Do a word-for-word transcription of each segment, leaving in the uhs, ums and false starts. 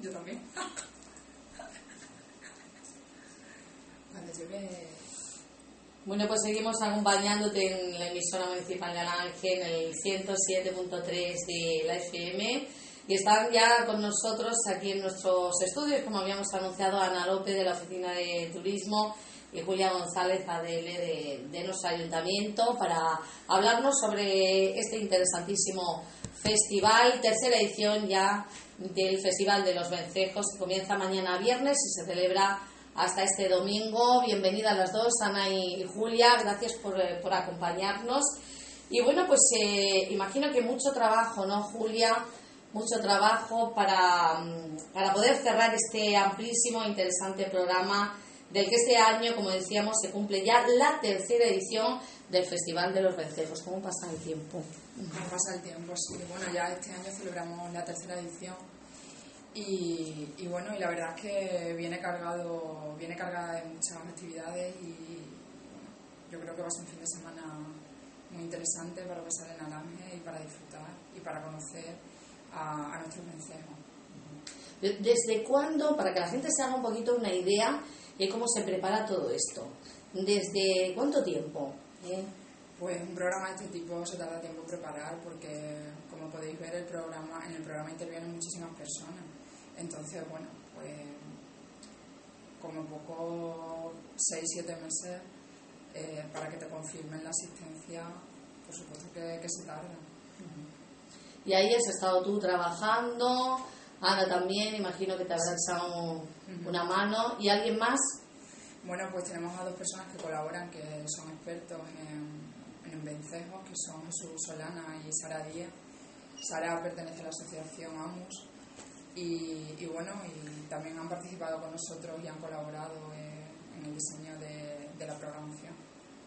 Yo también. Cuando llueve... Bueno, pues seguimos acompañándote en la emisora municipal de Alange, en el ciento siete punto tres de la F M. Y están ya con nosotros aquí en nuestros estudios, como habíamos anunciado, Ana López de la Oficina de Turismo y Julia González, A D L de, de nuestro ayuntamiento, para hablarnos sobre este interesantísimo festival, tercera edición ya del Festival de los Vencejos, que comienza mañana viernes y se celebra hasta este domingo. Bienvenidas las dos, Ana y Julia, gracias por, por acompañarnos. Y bueno, pues eh, imagino que mucho trabajo, ¿no, Julia? Mucho trabajo para, para poder cerrar este amplísimo e interesante programa del que este año, como decíamos, se cumple ya la tercera edición del Festival de los Vencejos. ¿Cómo pasa el tiempo? ¿Cómo pasa el tiempo? Sí, bueno, ya este año celebramos la tercera edición y, y bueno, y la verdad es que viene cargado, viene cargada de muchas actividades y yo creo que va a ser un fin de semana muy interesante para pasar en Alange y para disfrutar y para conocer A, a nuestros vencejos. ¿Desde cuándo, para que la gente se haga un poquito una idea de cómo se prepara todo esto? ¿Desde cuánto tiempo? ¿Eh? Pues un programa de este tipo se tarda tiempo en preparar porque, como podéis ver, el programa, en el programa intervienen muchísimas personas. Entonces, bueno, pues como poco seis siete meses eh, para que te confirmen la asistencia, por supuesto que, que se tarda. Y ahí has estado tú trabajando, Ana también, imagino que te habrá echado una mano. ¿Y alguien más? Bueno, pues tenemos a dos personas que colaboran, que son expertos en, en vencejos, que son Jesús Solana y Sara Díaz. Sara pertenece a la asociación AMUS y, y bueno, y también han participado con nosotros y han colaborado en, en el diseño de, de la programación.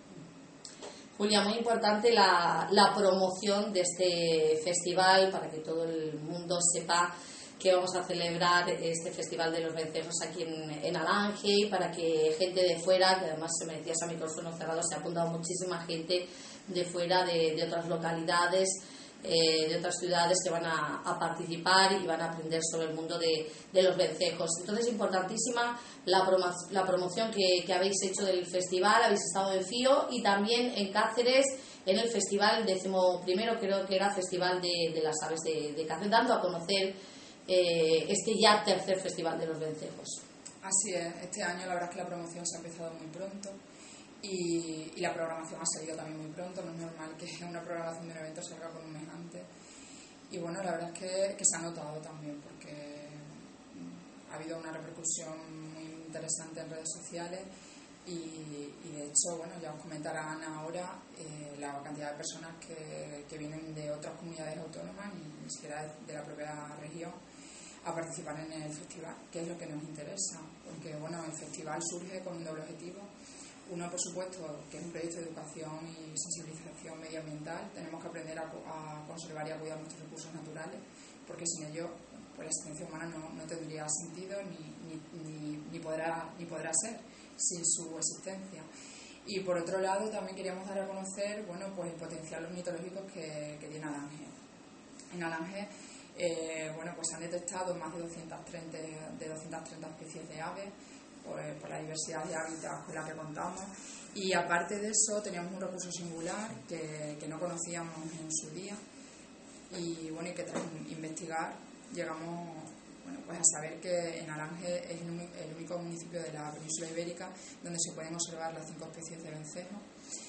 Julia, muy importante la, la promoción de este festival para que todo el mundo sepa que vamos a celebrar este Festival de los Vencejos aquí en, en Alange, y para que gente de fuera, que además se me decías a micrófono cerrado, se ha apuntado muchísima gente de fuera, de, de otras localidades, eh, de otras ciudades que van a, a participar y van a aprender sobre el mundo de, de los vencejos. Entonces, importantísima la, promo, la promoción que, que habéis hecho del festival. Habéis estado en Fío y también en Cáceres en el festival, el décimo primero creo que era Festival de, de las Aves de, de Cáceres, dando a conocer eh, este ya tercer Festival de los Vencejos. Así es, este año la verdad es que la promoción se ha empezado muy pronto y, y la programación ha salido también muy pronto. No es normal que una programación de un evento salga con un mes antes. Y bueno, la verdad es que, que se ha notado también porque ha habido una repercusión muy interesante en redes sociales y, y de hecho, bueno, ya os comentará Ana ahora eh, la cantidad de personas que, que vienen de otras comunidades autónomas y ni siquiera de, de la propia región a participar en el festival, que es lo que nos interesa, porque bueno, el festival surge con un doble objetivo. Uno, por supuesto, que es un proyecto de educación y sensibilización medioambiental. Tenemos que aprender a, a conservar y a cuidar nuestros recursos naturales, porque sin ello pues la existencia humana no, no tendría sentido ni, ni, ni, ni, podrá, ni podrá ser sin su existencia. Y por otro lado, también queríamos dar a conocer bueno, pues el potencial ornitológico que, que tiene Alange. En Alange eh, bueno, pues se han detectado más de doscientas treinta, de doscientas treinta especies de aves, Por, por la diversidad de hábitats con la que contamos, y aparte de eso teníamos un recurso singular que, que no conocíamos en su día y bueno, y que tras investigar llegamos bueno, pues a saber que en Alange es el, el único municipio de la península ibérica donde se pueden observar las cinco especies de vencejos.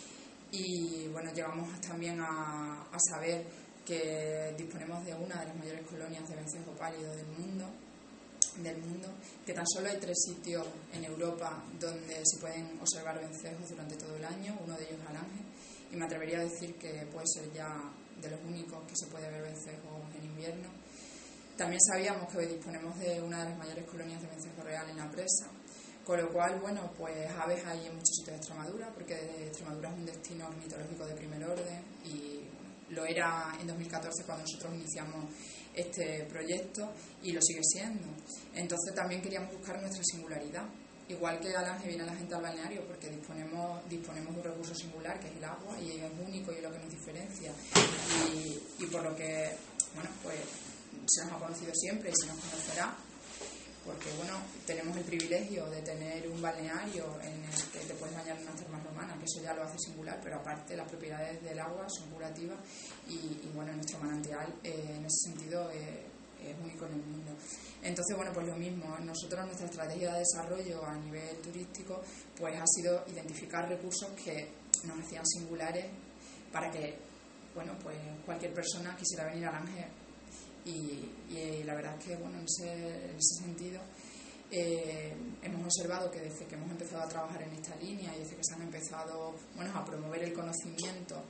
Y bueno, llegamos también a, a saber que disponemos de una de las mayores colonias de vencejo pálido del mundo del mundo, que tan solo hay tres sitios en Europa donde se pueden observar vencejos durante todo el año, uno de ellos es Alange, y me atrevería a decir que puede ser ya de los únicos que se puede ver vencejos en invierno. También sabíamos que disponemos de una de las mayores colonias de vencejo real en la presa, con lo cual, bueno, pues aves hay en muchos sitios de Extremadura, porque Extremadura es un destino ornitológico de primer orden y lo era en dos mil catorce cuando nosotros iniciamos este proyecto y lo sigue siendo. Entonces también queríamos buscar nuestra singularidad, igual que Alange viene la gente al balneario porque disponemos disponemos de un recurso singular que es el agua y ello es único y es lo que nos diferencia y, y por lo que bueno pues se nos ha conocido siempre y se nos conocerá porque bueno, tenemos el privilegio de tener un balneario en el que te puedes bañar en unas termas romanas, que eso ya lo hace singular, pero aparte las propiedades del agua son curativas y, y bueno, nuestro manantial eh, en ese sentido eh, es único en el mundo. Entonces, bueno, pues lo mismo, nosotros nuestra estrategia de desarrollo a nivel turístico pues ha sido identificar recursos que nos hacían singulares para que, bueno, pues cualquier persona quisiera venir a Alange. Y, y la verdad es que, bueno, en ese, en ese sentido eh, hemos observado que desde que hemos empezado a trabajar en esta línea y desde que se han empezado, bueno, a promover el conocimiento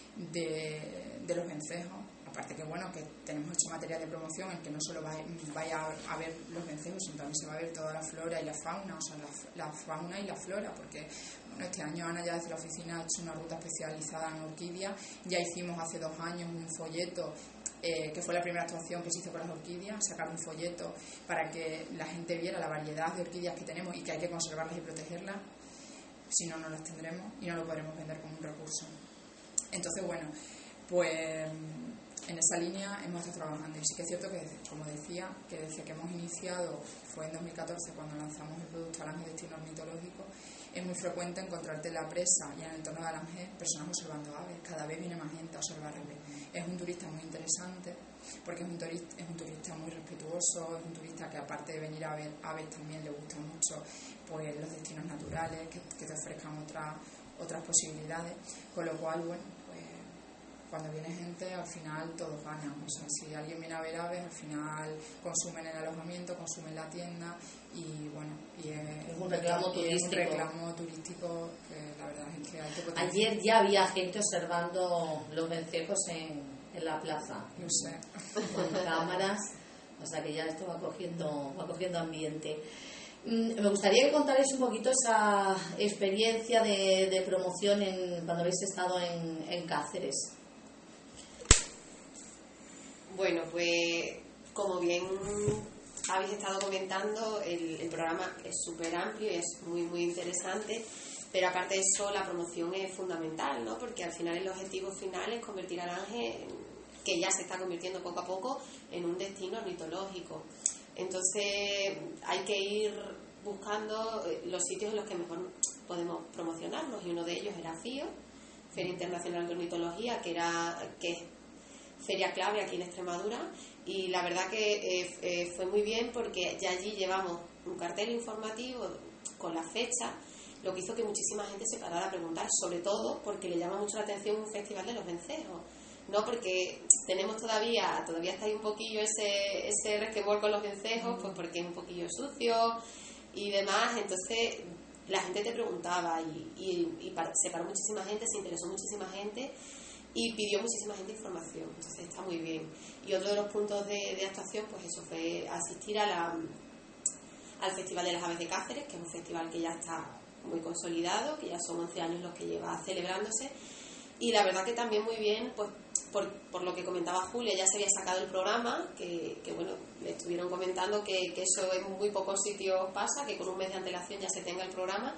de, de los vencejos, aparte que, bueno, que tenemos hecho material de promoción en que no solo vaya, vaya a ver los vencejos, sino también se va a ver toda la flora y la fauna, o sea, la, la fauna y la flora, porque bueno, este año Ana ya desde la oficina ha hecho una ruta especializada en orquídeas, ya hicimos hace dos años un folleto Eh, que fue la primera actuación que se hizo con las orquídeas, sacar un folleto para que la gente viera la variedad de orquídeas que tenemos y que hay que conservarlas y protegerlas, si no, no las tendremos y no lo podremos vender como un recurso. Entonces, bueno, pues en esa línea hemos estado trabajando y sí que es cierto que, como decía, que desde que hemos iniciado, fue en dos mil catorce cuando lanzamos el producto Alange Destino Ornitológico, es muy frecuente encontrarte en la presa y en el entorno de Alange personas observando aves. Cada vez viene más gente a observar aves. Es un turista muy interesante porque es un turista, es un turista muy respetuoso, es un turista que aparte de venir a ver aves también le gusta mucho pues los destinos naturales que, que te ofrezcan otras otras posibilidades, con lo cual, bueno, pues cuando viene gente al final todos ganan. O sea, si alguien viene a ver aves, al final consumen el alojamiento, consumen la tienda y bueno, y es, es un reclamo y turístico. Es un reclamo turístico que la verdad es que hay que potenciar. Ayer ya había gente observando los vencejos en, en la plaza. Yo sé. Con cámaras, o sea que ya esto va cogiendo, va cogiendo ambiente. Me gustaría que contarais un poquito esa experiencia de, de promoción en, cuando habéis estado en, en Cáceres. Bueno, pues como bien habéis estado comentando, el, el programa es súper amplio y es muy muy interesante, pero aparte de eso la promoción es fundamental, ¿no? Porque al final el objetivo final es convertir a Alange, que ya se está convirtiendo poco a poco, en un destino ornitológico. Entonces hay que ir buscando los sitios en los que mejor podemos promocionarnos y uno de ellos era FIO, Feria Internacional de Ornitología, que era que es feria clave aquí en Extremadura, y la verdad que eh, eh, fue muy bien porque ya allí llevamos un cartel informativo con la fecha, lo que hizo que muchísima gente se parara a preguntar, sobre todo porque le llama mucho la atención un festival de los vencejos, no porque tenemos todavía todavía está ahí un poquillo ese ese resquemor con los vencejos, pues porque es un poquillo sucio y demás, entonces la gente te preguntaba y, y, y se paró muchísima gente, se interesó muchísima gente y pidió muchísima gente información, entonces está muy bien. Y otro de los puntos de, de actuación, pues eso fue asistir a la, al Festival de las Aves de Cáceres, que es un festival que ya está muy consolidado, que ya son once años los que lleva celebrándose, y la verdad que también muy bien, pues por, por lo que comentaba Julia, ya se había sacado el programa, que, que bueno, le estuvieron comentando que, que eso en muy pocos sitios pasa, que con un mes de antelación ya se tenga el programa.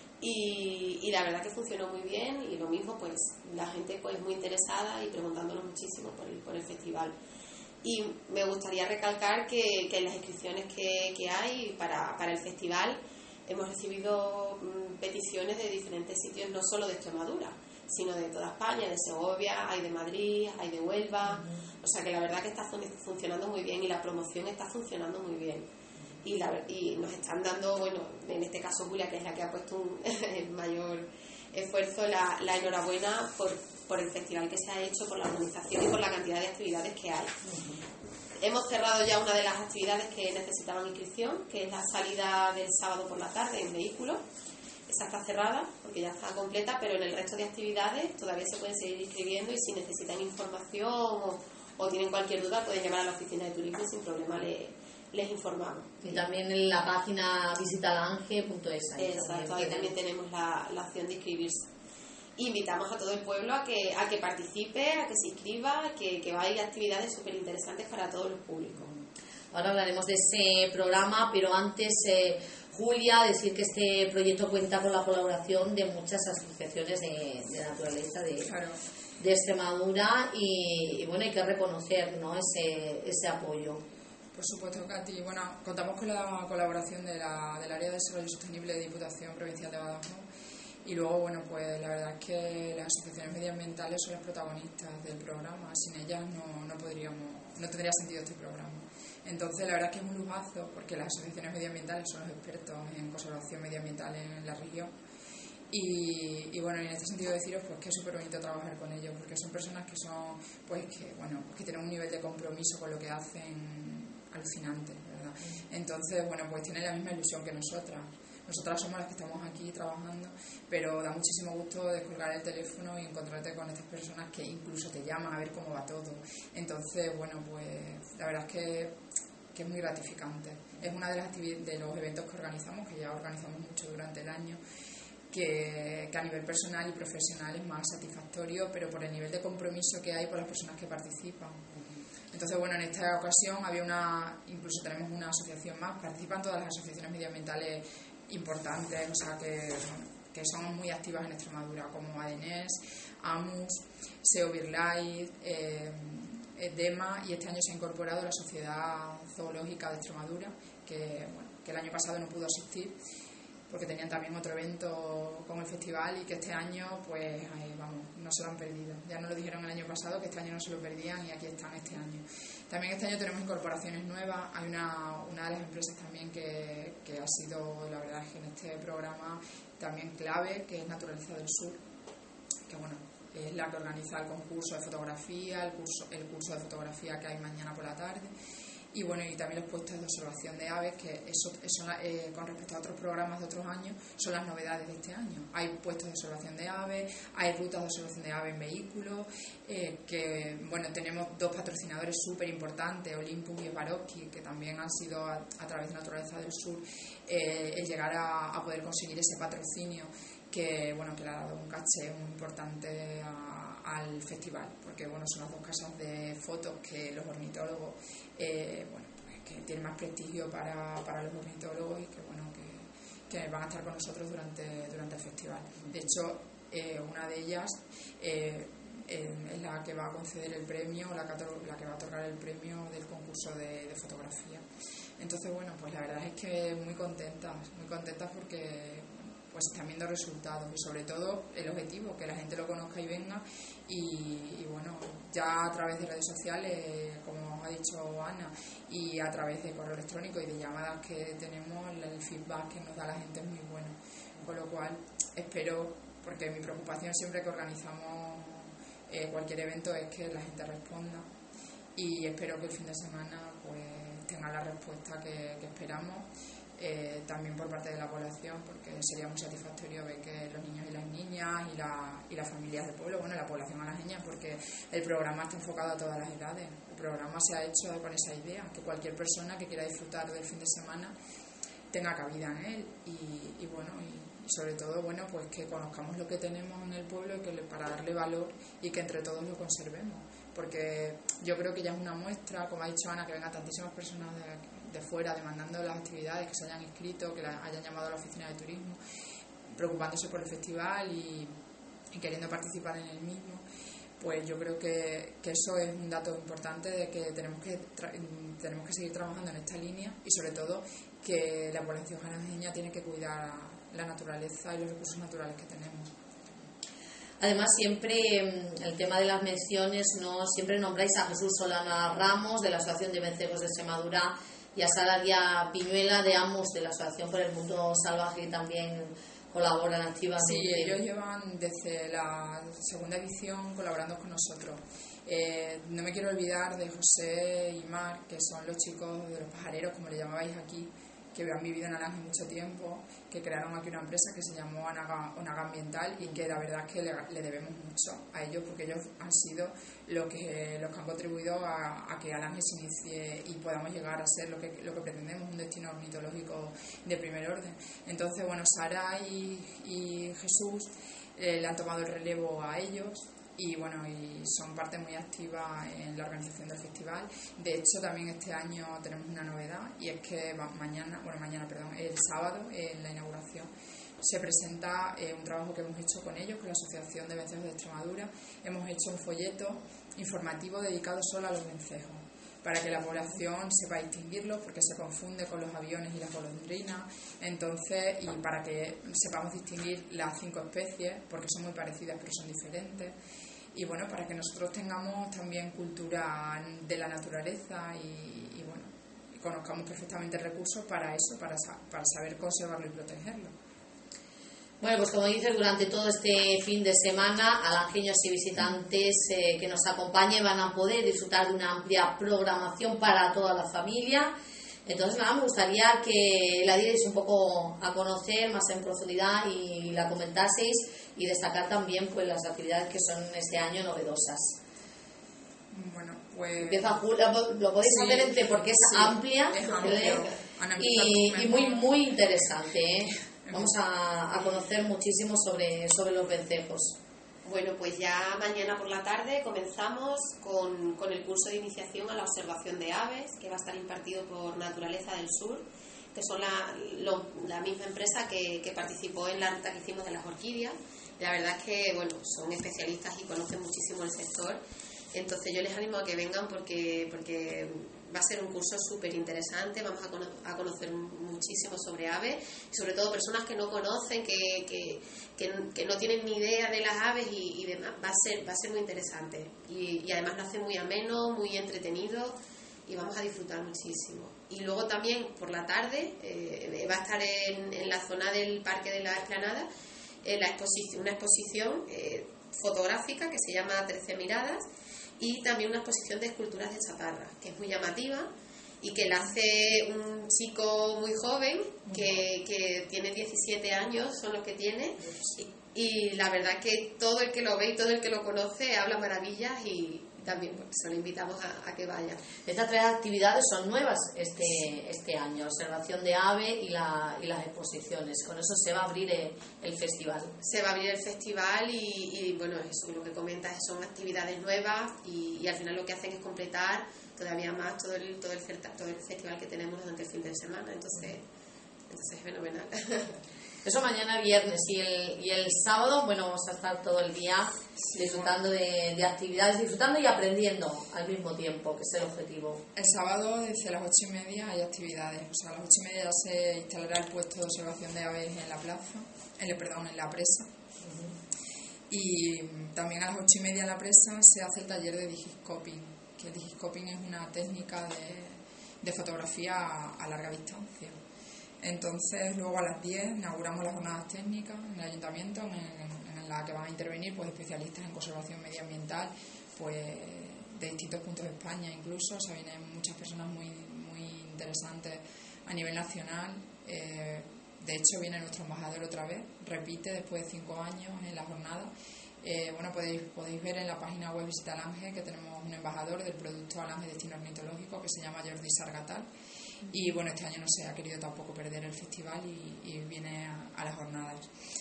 Y, y la verdad que funcionó muy bien y lo mismo, pues la gente pues muy interesada y preguntándonos muchísimo por el, por el festival. Y me gustaría recalcar que, que en las inscripciones que, que hay para, para el festival hemos recibido mmm, peticiones de diferentes sitios, no solo de Extremadura, sino de toda España, de Segovia, hay de Madrid, hay de Huelva, uh-huh. O sea que la verdad que está funcionando muy bien y la promoción está funcionando muy bien. Y, la, y nos están dando, bueno, en este caso Julia, que es la que ha puesto un, el mayor esfuerzo, la, la enhorabuena por, por el festival que se ha hecho, por la organización y por la cantidad de actividades que hay. Uh-huh. Hemos cerrado ya una de las actividades que necesitaban inscripción, que es la salida del sábado por la tarde en vehículo. Esa está cerrada porque ya está completa, pero en el resto de actividades todavía se pueden seguir inscribiendo y si necesitan información o, o tienen cualquier duda pueden llamar a la oficina de turismo y sin problema le les informamos. Y también en la página visitalange punto es. Exacto, ahí también tenemos la, la opción de inscribirse. Invitamos a todo el pueblo a que a que participe, a que se inscriba, que, que vaya a actividades súper interesantes para todos los públicos. Ahora hablaremos de ese programa, pero antes, eh, Julia, decir que este proyecto cuenta con la colaboración de muchas asociaciones de, de naturaleza de, claro. de Extremadura y, y bueno, hay que reconocer, ¿no?, ese, ese apoyo. Por supuesto, Katy. Bueno, contamos con la colaboración de la, del Área de Desarrollo Sostenible de Diputación Provincial de Badajoz. Y luego, bueno, pues la verdad es que las asociaciones medioambientales son las protagonistas del programa. Sin ellas no, no podríamos, no tendría sentido este programa. Entonces, la verdad es que es un lujazo, porque las asociaciones medioambientales son los expertos en conservación medioambiental en la región. Y, y bueno, en este sentido deciros pues que es súper bonito trabajar con ellos, porque son personas que son, pues que bueno, que tienen un nivel de compromiso con lo que hacen alucinante, ¿verdad? Entonces, bueno, pues tienen la misma ilusión que nosotras. Nosotras somos las que estamos aquí trabajando, pero da muchísimo gusto descolgar el teléfono y encontrarte con estas personas que incluso te llaman a ver cómo va todo. Entonces, bueno, pues la verdad es que, que es muy gratificante. Es una de las actividades, de los eventos que organizamos, que ya organizamos mucho durante el año, que, que a nivel personal y profesional es más satisfactorio, pero por el nivel de compromiso que hay por las personas que participan. Entonces, bueno, en esta ocasión había una, incluso tenemos una asociación más, participan todas las asociaciones medioambientales importantes, o sea, que, bueno, que son muy activas en Extremadura, como ADENES, AMUS, SEO BIRLAIT, eh, EDEMA, y este año se ha incorporado la Sociedad Zoológica de Extremadura, que, bueno, que el año pasado no pudo asistir, porque tenían también otro evento con el festival y que este año, pues, eh, vamos, no se lo han perdido. Ya nos lo dijeron el año pasado, que este año no se lo perdían y aquí están este año. También este año tenemos incorporaciones nuevas. Hay una, una de las empresas también que, que ha sido, la verdad, que en este programa también clave, que es Naturaleza del Sur, que, bueno, es la que organiza el concurso de fotografía, el curso, el curso de fotografía que hay mañana por la tarde. Y bueno, y también los puestos de observación de aves, que eso, eso eh, con respecto a otros programas de otros años, son las novedades de este año. Hay puestos de observación de aves, hay rutas de observación de aves en vehículos, eh, que bueno, tenemos dos patrocinadores súper importantes, Olympus y Swarovski, que también han sido a, a través de Naturaleza del Sur, eh, el llegar a, a poder conseguir ese patrocinio que bueno, que le ha dado un caché muy importante a, al festival, porque bueno, son las dos casas de fotos que los ornitólogos eh, bueno, pues, que tienen más prestigio para, para los ornitólogos y que bueno, que, que van a estar con nosotros durante, durante el festival. De hecho, eh, una de ellas eh, eh, es la que va a conceder el premio, la que, la que va a otorgar el premio del concurso de, de fotografía. Entonces, bueno, pues la verdad es que muy contentas, muy contentas porque pues están viendo resultados y sobre todo el objetivo, que la gente lo conozca y venga y, y bueno, ya a través de redes sociales, como ha dicho Ana, y a través de correo electrónico y de llamadas que tenemos, el feedback que nos da la gente es muy bueno, con lo cual espero, porque mi preocupación siempre que organizamos eh, cualquier evento es que la gente responda y espero que el fin de semana pues tenga la respuesta que, que esperamos. Eh, también por parte de la población, porque sería muy satisfactorio ver que los niños y las niñas y, la, y las familias del pueblo, bueno, la población alajeña, porque el programa está enfocado a todas las edades. El programa se ha hecho con esa idea, que cualquier persona que quiera disfrutar del fin de semana tenga cabida en él y, y bueno, y, y sobre todo, bueno, pues que conozcamos lo que tenemos en el pueblo y que le, para darle valor y que entre todos lo conservemos, porque yo creo que ya es una muestra, como ha dicho Ana, que vengan tantísimas personas de de fuera demandando las actividades, que se hayan inscrito, que la, hayan llamado a la oficina de turismo, preocupándose por el festival y, y queriendo participar en el mismo, pues yo creo que, que eso es un dato importante de que tenemos que tra- tenemos que seguir trabajando en esta línea y sobre todo que la población alajeña tiene que cuidar la naturaleza y los recursos naturales que tenemos. Además, siempre el tema de las menciones, no siempre nombráis a Jesús Solana Ramos de la Asociación de Vencejos de Extremadura y a Salaria Piñuela de AMUS, de la Asociación por el Mundo Salvaje, que también colaboran activamente. Sí, ellos llevan desde la segunda edición colaborando con nosotros. Eh, no me quiero olvidar de José y Mar, que son los chicos de los pajareros, como le llamabais aquí, que han vivido en Alange mucho tiempo, que crearon aquí una empresa que se llamó Onaga, Onaga Ambiental y que la verdad es que le, le debemos mucho a ellos porque ellos han sido los que, los que han contribuido a, a que Alange se inicie y podamos llegar a ser lo que, lo que pretendemos, un destino ornitológico de primer orden. Entonces, bueno, Sara y, y Jesús eh, le han tomado el relevo a ellos y bueno, y son parte muy activa en la organización del festival. De hecho, también este año tenemos una novedad y es que mañana, bueno, mañana, perdón, el sábado, en la inauguración, se presenta eh, un trabajo que hemos hecho con ellos, con la Asociación de Vencejos de Extremadura. Hemos hecho un folleto informativo dedicado solo a los vencejos, para que la población sepa distinguirlos, porque se confunde con los aviones y las golondrinas, entonces, y para que sepamos distinguir las cinco especies, porque son muy parecidas pero son diferentes, y bueno, para que nosotros tengamos también cultura de la naturaleza y, y bueno, y conozcamos perfectamente el recurso para eso, para, para saber conservarlo y protegerlo. Bueno, pues como dices, durante todo este fin de semana, alangeños y visitantes eh, que nos acompañen van a poder disfrutar de una amplia programación para toda la familia. Entonces, nada, me gustaría que la dierais un poco a conocer más en profundidad y la comentaseis y destacar también pues las actividades que son este año novedosas. Bueno, pues... Empieza Julia, lo podéis sí, hacer entre porque es sí, amplia es amplio. y, y muy, muy interesante, ¿eh? Vamos a, a conocer muchísimo sobre, sobre los vencejos. Bueno, pues ya mañana por la tarde comenzamos con, con el curso de iniciación a la observación de aves, que va a estar impartido por Naturaleza del Sur, que son la, lo, la misma empresa que, que participó en la ruta que hicimos de las orquídeas. La verdad es que bueno, son especialistas y conocen muchísimo el sector. Entonces yo les animo a que vengan porque, porque va a ser un curso súper interesante, vamos a, cono- a conocer muchísimo sobre aves y sobre todo personas que no conocen, que, que, que, que no tienen ni idea de las aves y, y demás, va a ser, va a ser muy interesante y, y además lo hace muy ameno, muy entretenido y vamos a disfrutar muchísimo. Y luego también por la tarde eh, va a estar en, en la zona del Parque de la Explanada eh, la exposición, una exposición eh, fotográfica que se llama trece miradas y también una exposición de esculturas de chatarra, que es muy llamativa y que la hace un chico muy joven, que, que tiene diecisiete años, son los que tiene, y, y la verdad que todo el que lo ve y todo el que lo conoce habla maravillas y también pues, se lo invitamos a, a que vaya. Estas tres actividades son nuevas este, sí. este año, observación de ave y, la, y las exposiciones. Con eso se va a abrir el, el festival. Se va a abrir el festival y, y bueno, eso lo que comentas son actividades nuevas y, y al final lo que hacen es completar todavía más todo el, todo el, todo el festival que tenemos durante el fin de semana. Entonces, entonces es fenomenal. Eso mañana viernes y el, y el sábado, bueno, vamos a estar todo el día sí, disfrutando bueno. de, de actividades, disfrutando y aprendiendo al mismo tiempo, que es el objetivo. El sábado desde las ocho y media hay actividades, o sea, a las ocho y media ya se instalará el puesto de observación de aves en la plaza, en, perdón, en la presa. Uh-huh. Y también a las ocho y media en la presa se hace el taller de digiscoping, que el digiscoping es una técnica de, de fotografía a, a larga distancia. Entonces, luego a las diez inauguramos las jornadas técnicas en el ayuntamiento, en, en, en la que van a intervenir pues, especialistas en conservación medioambiental pues, de distintos puntos de España incluso. O sea, vienen muchas personas muy, muy interesantes a nivel nacional. Eh, de hecho, viene nuestro embajador otra vez, repite después de cinco años en la jornada. Eh, bueno, podéis, podéis ver en la página web Visita Alange que tenemos un embajador del producto Alange Destino Ornitológico que se llama Jordi Sargatal. Y bueno, este año no se ha querido tampoco perder el festival y, y viene a, a las jornadas.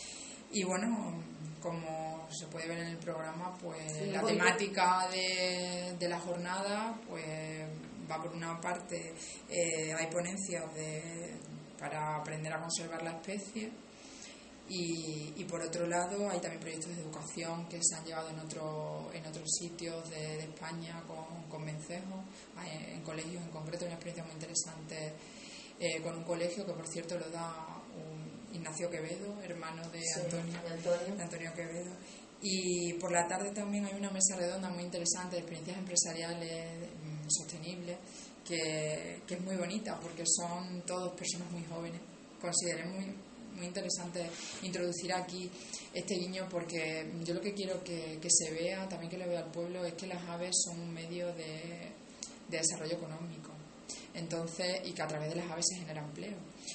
Y bueno, como se puede ver en el programa, pues sí, la temática de, de la jornada pues va por una parte, eh, hay ponencias de, para aprender a conservar la especie. Y, y por otro lado hay también proyectos de educación que se han llevado en, otro, en otros sitios de, de España con, con vencejos, en, en colegios en concreto, una experiencia muy interesante eh, con un colegio que por cierto lo da un Ignacio Quevedo, hermano de sí, Antonio, de Antonio. de Antonio Quevedo. Y por la tarde también hay una mesa redonda muy interesante de experiencias empresariales mmm, sostenibles que, que es muy bonita porque son todos personas muy jóvenes. Consideré muy muy interesante introducir aquí este guiño porque yo lo que quiero que, que se vea, también que lo vea el pueblo, es que las aves son un medio de, de desarrollo económico, entonces, y que a través de las aves se genera empleo.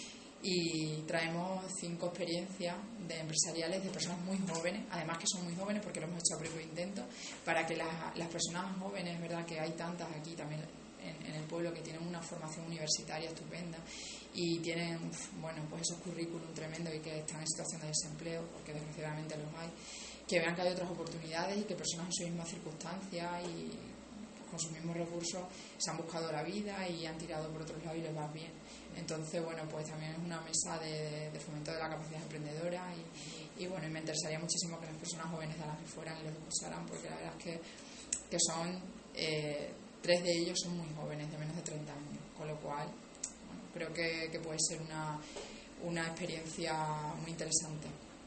Y traemos cinco experiencias de empresariales de personas muy jóvenes, además que son muy jóvenes porque lo hemos hecho a propio intento, para que las, las personas jóvenes, verdad que hay tantas aquí también en, en el pueblo que tienen una formación universitaria estupenda y tienen, bueno, pues esos currículum tremendos y que están en situación de desempleo, porque desgraciadamente los hay, que vean que hay otras oportunidades y que personas en su misma circunstancia y con sus mismos recursos se han buscado la vida y han tirado por otros lados y les va bien. Entonces, bueno, pues también es una mesa de, de fomento de la capacidad emprendedora y, y bueno, y me interesaría muchísimo que las personas jóvenes de las que fueran y los escucharan, porque la verdad es que, que son... Eh, tres de ellos son muy jóvenes, de menos de treinta años, con lo cual bueno, creo que, que puede ser una, una experiencia muy interesante.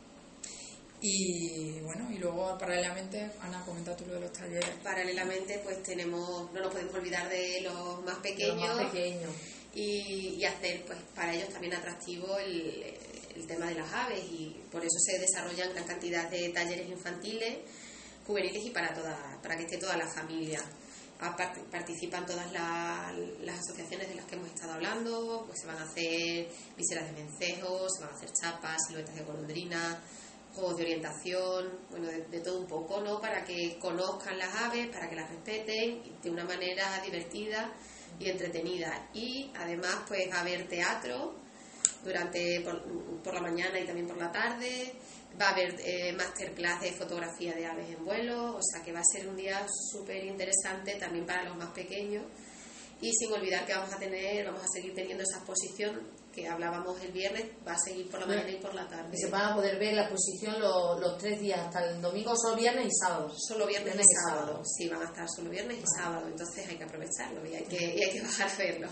Y bueno, y luego paralelamente, Ana, comenta tú lo de los talleres. Paralelamente pues tenemos, no nos podemos olvidar de los más pequeños, los más pequeños. Y, y hacer pues para ellos también atractivo el, el tema de las aves, y por eso se desarrollan gran cantidad de talleres infantiles, juveniles y para toda, para que esté toda la familia. Aparte, participan todas la, las asociaciones de las que hemos estado hablando, pues se van a hacer viseras de vencejos, se van a hacer chapas, siluetas de golondrina, juegos de orientación, bueno, de, de todo un poco, ¿no? Para que conozcan las aves, para que las respeten de una manera divertida y entretenida. Y además pues va a haber teatro durante por, por la mañana y también por la tarde, va a haber eh, masterclass de fotografía de aves en vuelo, o sea que va a ser un día súper interesante también para los más pequeños. Y sin olvidar que vamos a tener, vamos a seguir teniendo esa exposición que hablábamos el viernes, va a seguir por la mañana y por la tarde. Y se van a poder ver la exposición los, los tres días, hasta el domingo, solo viernes y sábado. Solo viernes, viernes y sábado. sábado, sí, van a estar solo viernes y vale. sábado, entonces hay que aprovecharlo y hay que, y hay que bajar a verlo.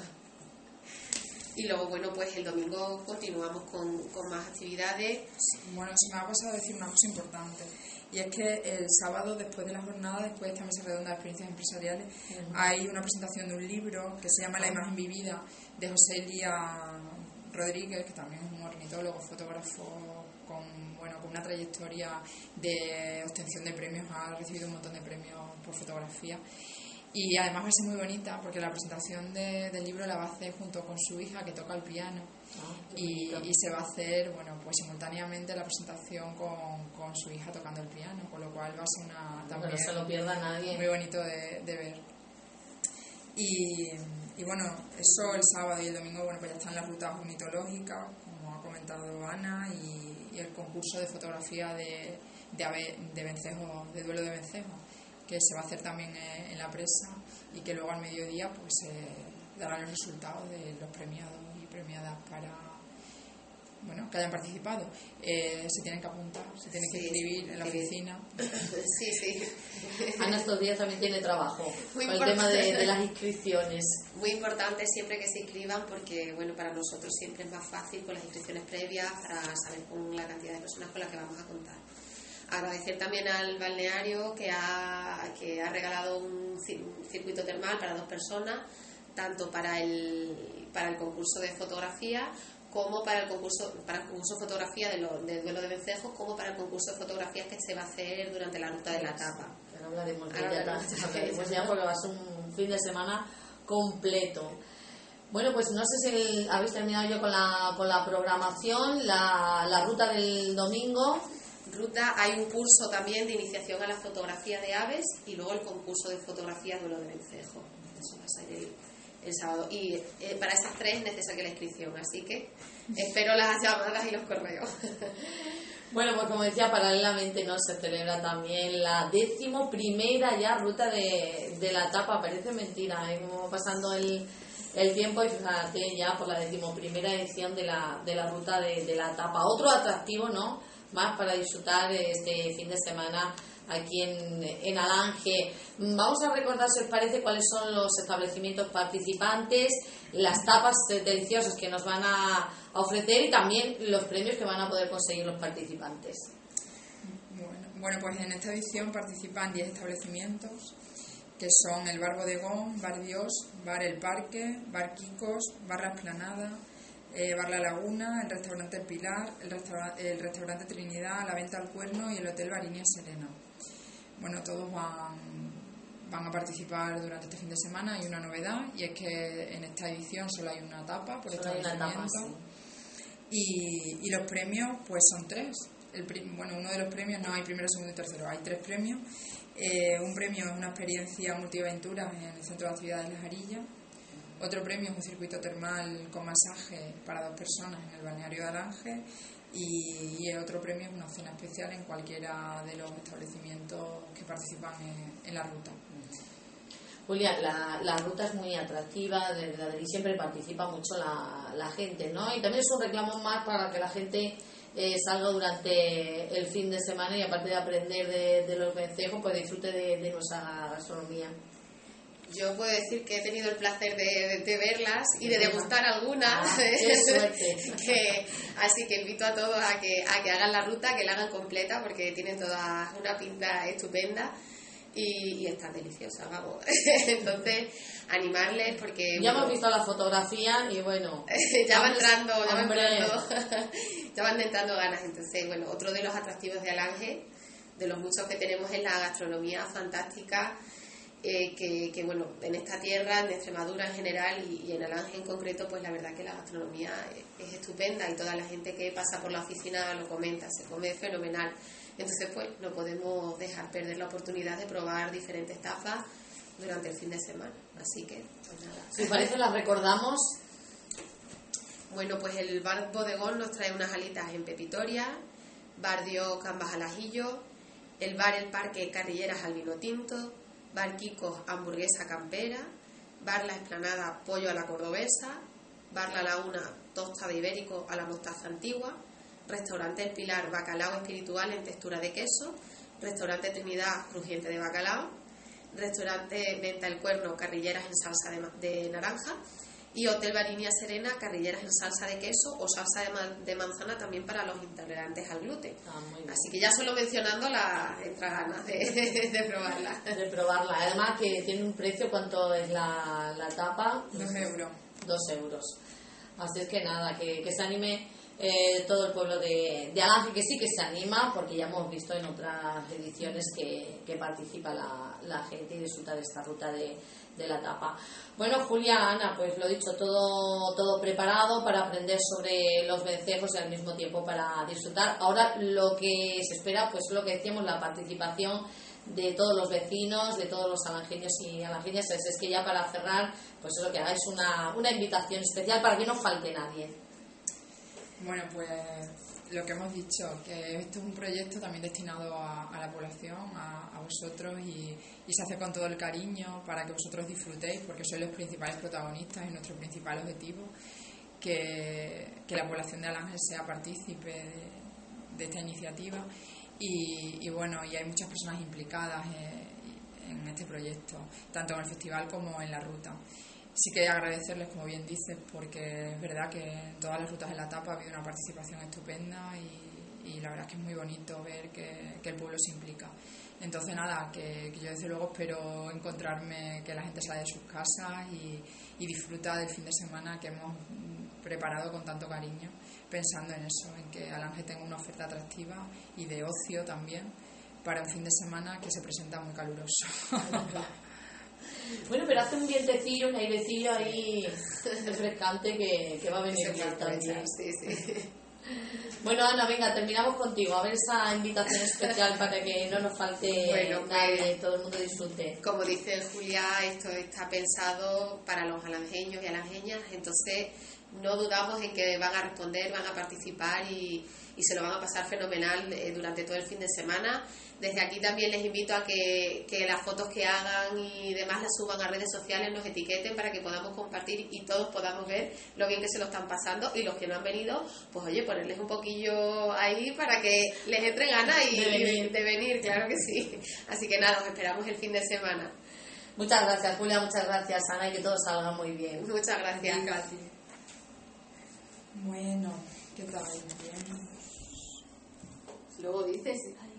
Y luego, bueno, pues el domingo continuamos con, con más actividades. Bueno, se me ha pasado a decir una cosa importante, y es que el sábado, después de la jornada, después de esta mesa redonda de experiencias empresariales, uh-huh. hay una presentación de un libro que se llama La imagen vivida, de José Elías Rodríguez, que también es un ornitólogo, fotógrafo con, bueno, con una trayectoria de obtención de premios, ha recibido un montón de premios por fotografía. Y además va a ser muy bonita porque la presentación de, del libro la va a hacer junto con su hija, que toca el piano. Ah, y, y se va a hacer, bueno, pues simultáneamente la presentación con, con su hija tocando el piano, con lo cual va a ser una también no se lo pierda nadie. Muy bonito de, de ver. Y, y bueno, eso el sábado y el domingo, bueno, pues ya están las rutas ornitológicas, como ha comentado Ana, y, y el concurso de fotografía de, de, ave, de vencejos, de duelo de vencejos, que se va a hacer también en la presa, y que luego al mediodía pues se eh, darán los resultados de los premiados y premiadas para, bueno, que hayan participado. Eh, se tienen que apuntar, se tienen que inscribir en la oficina. Sí, sí. Ana estos días también tiene trabajo muy con el tema de, de las inscripciones. Muy importante siempre que se inscriban, porque bueno, para nosotros siempre es más fácil con las inscripciones previas para saber con la cantidad de personas con las que vamos a contar. Agradecer también al balneario que ha, que ha regalado un circuito termal para dos personas, tanto para el, para el concurso de fotografía como para el concurso para el concurso de fotografía de lo, del duelo de vencejos, como para el concurso de fotografías que se va a hacer durante la ruta de la tapa. Ahora hablaremos de ya, hablaremos ya porque va a ser un fin de semana completo. Bueno, pues no sé si el, habéis terminado yo con la, con la programación, la, la ruta del domingo. Ruta, hay un curso también de iniciación a la fotografía de aves y luego el concurso de fotografía duelo de vencejo. Eso va a ser el, el sábado. Y eh, para esas tres es necesaria la inscripción, así que espero las llamadas y los correos. Bueno, pues como decía, paralelamente no se celebra también la décimo primera ya ruta de, de la tapa. Parece mentira, ¿eh? Como pasando el, el tiempo, y fíjate ya por la decimoprimera edición de la, de la ruta de, de la tapa. Otro atractivo, ¿no?, más para disfrutar este fin de semana aquí en, en Alange. Vamos a recordar, si os parece, cuáles son los establecimientos participantes, las tapas deliciosas que nos van a ofrecer y también los premios que van a poder conseguir los participantes. Bueno, bueno pues en esta edición participan diez establecimientos, que son el Bar Bodegón, Bar Dios, Bar El Parque, Bar Kikos, Bar La Esplanada, Eh, Bar La Laguna, el restaurante El Pilar, el, restaura- el restaurante Trinidad, la Venta al Cuerno y el Hotel Barinia Serena. Bueno, todos van, van a participar durante este fin de semana. Hay una novedad, y es que en esta edición solo hay una tapa por Solo hay una establecimiento. tapa, sí. y, y los premios pues son tres. El, prim- bueno, uno de los premios, no hay primero, segundo y tercero, hay tres premios. Eh, un premio es una experiencia multiaventuras en el Centro de Actividades Las Arillas. Otro premio es un circuito termal con masaje para dos personas en el balneario de Alange, y, y el otro premio es una cena especial en cualquiera de los establecimientos que participan en, en la ruta. Julia, la, la ruta es muy atractiva, de verdad, y siempre participa mucho la, la gente, ¿no? Y también es un reclamo más para que la gente eh, salga durante el fin de semana y, aparte de aprender de, de los vencejos, pues disfrute de, de nuestra gastronomía. Yo puedo decir que he tenido el placer de, de verlas y de degustar algunas. Ah, ¡qué suerte! que, así que invito a todos a que, a que hagan la ruta, que la hagan completa, porque tienen todas una pinta estupenda y, y están deliciosas, vamos. Entonces, animarles porque... Ya bueno, hemos visto la fotografía y bueno... ya va entrando, ya va hombre. entrando, ya van entrando ganas. Entonces, bueno, otro de los atractivos de Alange, de los muchos que tenemos, es la gastronomía fantástica. Eh, que, que bueno, en esta tierra, en Extremadura en general y, y en Alange en concreto, pues la verdad que la gastronomía es, es estupenda y toda la gente que pasa por la oficina lo comenta, se come fenomenal. Entonces pues no podemos dejar perder la oportunidad de probar diferentes tapas durante el fin de semana. Así que, pues nada. Si parece, las recordamos. Bueno, pues el bar Bodegón nos trae unas alitas en pepitoria, bar Dio Gambas al ajillo, el bar El Parque Carrilleras al vino tinto, bar Kikos hamburguesa campera, bar La Esplanada pollo a la cordobesa, bar La Laguna tosta de ibérico a la mostaza antigua, restaurante El Pilar bacalao espiritual en textura de queso, restaurante Trinidad crujiente de bacalao, restaurante Venta El Cuerno carrilleras en salsa de, de naranja y Hotel Barinia Serena carrilleras en salsa de queso o salsa de, ma de manzana también para los intolerantes al gluten. Ah, así que ya solo mencionando la entra ganas de, de probarla. De probarla. Además que tiene un precio, ¿cuánto es la, la tapa? Dos euros. Dos euros. Así es que nada, que, que se anime eh, todo el pueblo de, de Alange, que sí que se anima, porque ya hemos visto en otras ediciones que, que participa la, la gente y disfruta de esta ruta de, de la tapa. Bueno, Julia, Ana, pues lo dicho, todo, todo preparado para aprender sobre los vencejos y al mismo tiempo para disfrutar. Ahora lo que se espera, pues lo que decíamos, la participación de todos los vecinos, de todos los alangeños y alangeñas. Es, es que ya para cerrar, pues eso, que hagáis una, una invitación especial para que no falte nadie. Bueno, pues lo que hemos dicho, que esto es un proyecto también destinado a, a la población, a, a vosotros, y, y se hace con todo el cariño para que vosotros disfrutéis, porque sois los principales protagonistas y nuestro principal objetivo, que, que la población de Alange sea partícipe de, de esta iniciativa. Y, y bueno, y hay muchas personas implicadas en, en este proyecto, tanto en el festival como en la ruta. Sí que agradecerles, como bien dices, porque es verdad que en todas las rutas de la etapa ha habido una participación estupenda y, y la verdad es que es muy bonito ver que, que el pueblo se implica. Entonces nada, que, que yo desde luego espero encontrarme, que la gente sale de sus casas y, y disfruta del fin de semana que hemos preparado con tanto cariño, pensando en eso, en que Alange tenga una oferta atractiva y de ocio también para un fin de semana que se presenta muy caluroso. Bueno, pero hace un vientecillo, un airecillo ahí refrescante que, que va a venir bien también. Sí, sí. Bueno, Ana, venga, terminamos contigo. A ver esa invitación especial para que no nos falte bueno, nadie, pues, todo el mundo disfrute. Como dice Julia, esto está pensado para los alangeños y alangeñas, entonces no dudamos en que van a responder, van a participar y, y se lo van a pasar fenomenal eh, durante todo el fin de semana. Desde aquí también les invito a que, que las fotos que hagan y demás las suban a redes sociales, nos etiqueten para que podamos compartir y todos podamos ver lo bien que se lo están pasando, y los que no han venido, pues oye, ponerles un poquillo ahí para que les entre ganas y, de venir. y de venir, claro que sí. Así que nada, os esperamos el fin de semana. Muchas gracias, Julia, muchas gracias, Ana, y que todo salga muy bien. Muchas gracias. Venga, a ti. Bueno, ¿qué tal? Bien. Luego dices...